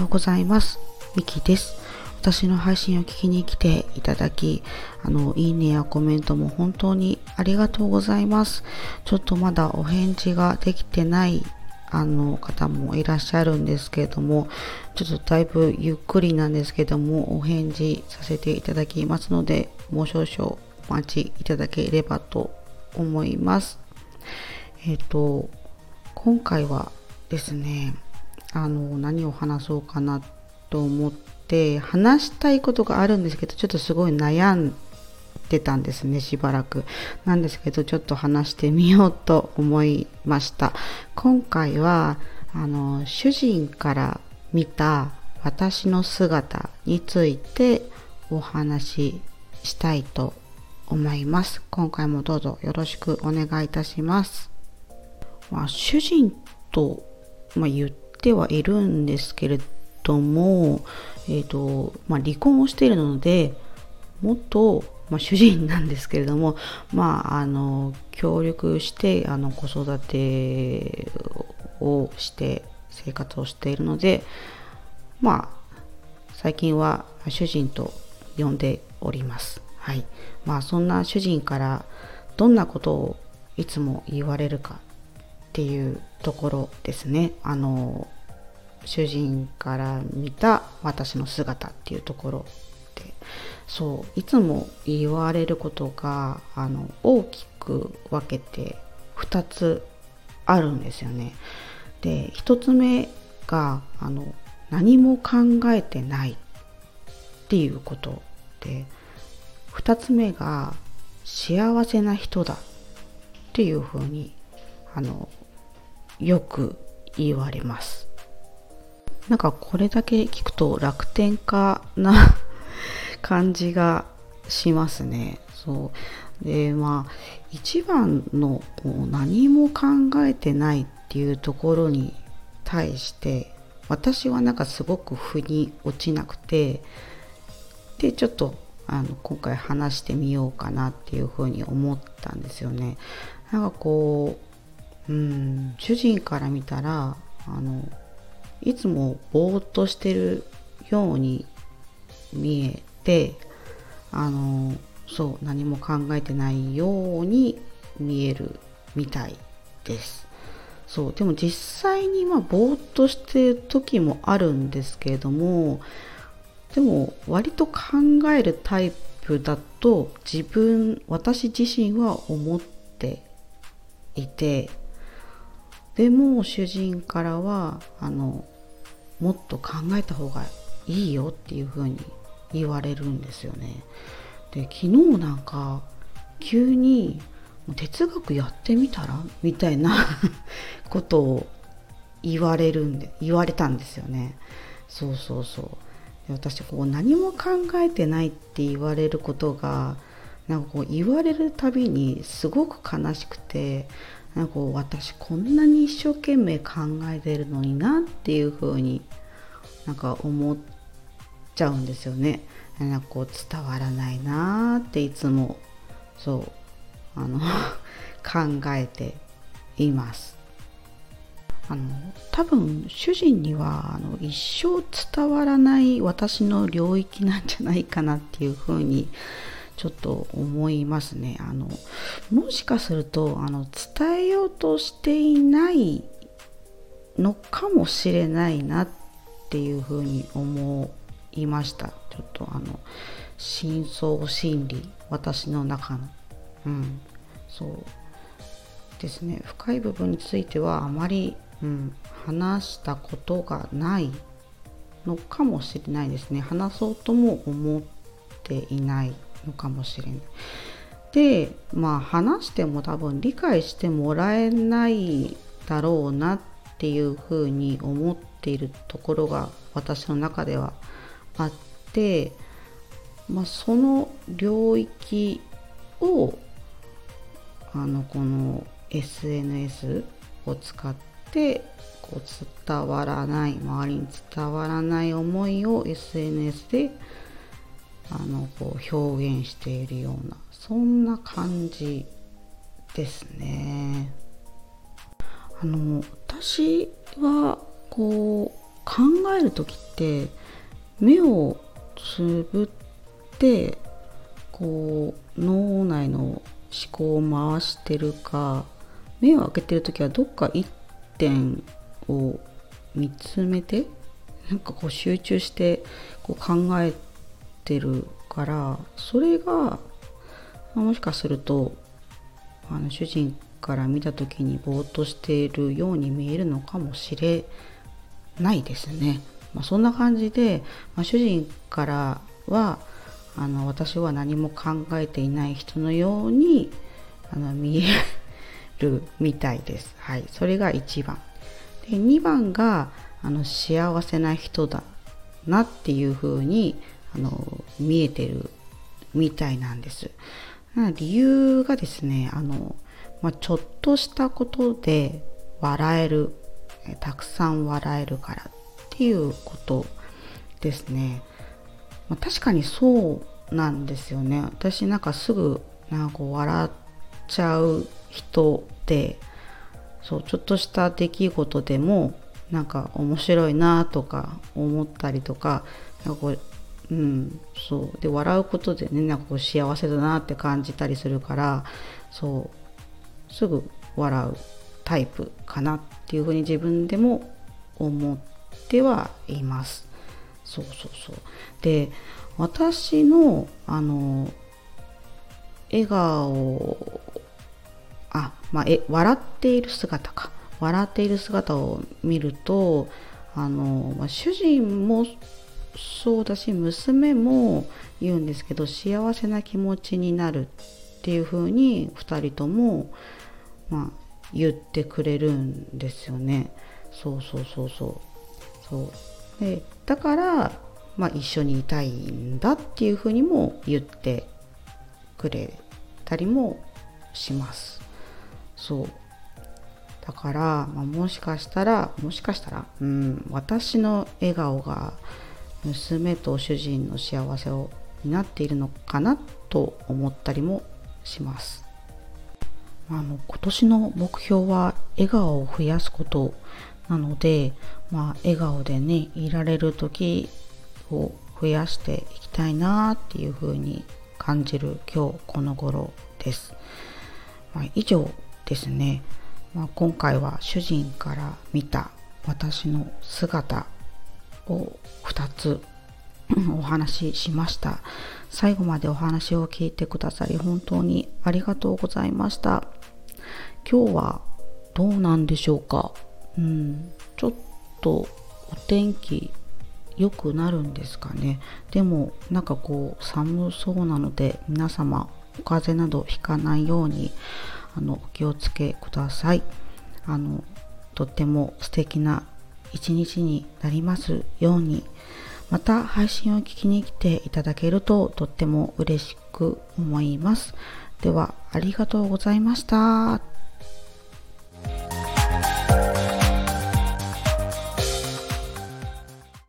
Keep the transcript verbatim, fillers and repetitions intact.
うございます。ミキです。私の配信を聞きに来ていただき、あのいいねやコメントも本当にありがとうございます。ちょっとまだお返事ができてないあの方もいらっしゃるんですけれども、ちょっとだいぶゆっくりなんですけどもお返事させていただきますので、もう少々お待ちいただければと思います。えっと今回はですね、あの何を話そうかなと思って話したいことがあるんですけど、ちょっとすごい悩んでたんですね、しばらくなんですけど、ちょっと話してみようと思いました。今回はあの主人から見た私の姿についてお話ししたいと思います。今回もどうぞよろしくお願いいたします。まあ、主人と、まあ、言ってはいるんですけれども、えーとまあ、離婚をしているので元、まあ、主人なんですけれども、まあ、あの協力してあの子育てをして生活をしているので、まあ最近は主人と呼んでおります。はい。まあそんな主人からどんなことをいつも言われるかっていうところですね。あの主人から見た私の姿っていうところで、そういつも言われることがあの大きく分けてふたつあるんですよね。で、ひとつめがあの何も考えてないっていうことで、ふたつめが幸せな人だっていうふうにあのよく言われます。なんかこれだけ聞くと楽天家な感じがしますね。そうで、まあ一番のこう何も考えてないっていうところに対して私はなんかすごく腑に落ちなくて、でちょっとあの今回話してみようかなっていうふうに思ったんですよね。なんかこう、うん、主人から見たらあのいつもぼーっとしてるように見えて、あのそう何も考えてないように見えるみたいです。そうでも実際にまあぼーっとしてる時もあるんですけれども、でも割と考えるタイプだと自分私自身は思っていて、でも主人からはあのもっと考えた方がいいよっていう風に言われるんですよね。で昨日なんか急に哲学やってみたらみたいなことを言われるんで言われたんですよね。そうそうそう。で私こう何も考えてないって言われることがなんかこう言われるたびにすごく悲しくて、なんかこう私こんなに一生懸命考えてるのになっていう風になんか思っちゃうんですよね。なんかこう伝わらないなっていつもそうあの考えています。あの多分主人にはあの一生伝わらない私の領域なんじゃないかなっていうふうにちょっと思いますね。あのもしかするとあの伝えようとしていないのかもしれないなっていうふうに思いました。ちょっとあの深層心理、私の中のうんそうですね、深い部分についてはあまり、うん、話したことがないのかもしれないですね。話そうとも思っていないのかもしれない。で、まあ話しても多分理解してもらえないだろうなっていうふうに思っているところが私の中ではあって、まあ、その領域をあのこの エスエヌエス を使ってこう伝わらない周りに伝わらない思いを エスエヌエス であのこう表現しているようなそんな感じですね。あの私はこ考える時って目をつぶってこう脳内の思考を回してるか、目を開けてる時はどっか一点を見つめてなんかこう集中してこう考えてるから、それがもしかするとあの主人から見た時にぼーっとしているように見えるのかもしれないですね。まあ、そんな感じで、まあ、主人からはあの私は何も考えていない人のようにあの見えるみたいです。はい、それがいちばんで、にばんがあの幸せな人だなっていう風にあの見えてるみたいなんです。理由がですね、あの、まあ、ちょっとしたことで笑える、たくさん笑えるからっていうことですね。まあ、確かにそうなんですよね。私なんかすぐなんかこう笑っちゃう人で、そうちょっとした出来事でもなんか面白いなとか思ったりとか、なんかこううん、そうで笑うことでね、なんかこう幸せだなって感じたりするから、そうすぐ笑うタイプかなっていうふうに自分でも思ってはいます。そうそうそうで、私のあの笑顔あまあえ笑っている姿か笑っている姿を見ると、あの、まあ、主人もそうだし娘も言うんですけど、幸せな気持ちになるっていう風にふたりとも、まあ、言ってくれるんですよね。そうそうそうそうそうで、だから、まあ、一緒にいたいんだっていう風にも言ってくれたりもします。そうだから、まあ、もしかしたらもしかしたらうん私の笑顔が娘と主人の幸せを担っているのかなと思ったりもします。あの今年の目標は笑顔を増やすことなので、まあ、笑顔でねいられる時を増やしていきたいなっていう風に感じる今日この頃です。まあ、以上ですね。まあ、今回は主人から見た私の姿をふたつお話ししました。最後までお話を聞いてくださり本当にありがとうございました。今日はどうなんでしょうか。うん、ちょっとお天気良くなるんですかね。でもなんかこう寒そうなので、皆様お風邪などひかないようにあのお気をつけください。あのとっても素敵な一日になりますように。また配信を聞きに来ていただけるととっても嬉しく思います。ではありがとうございました。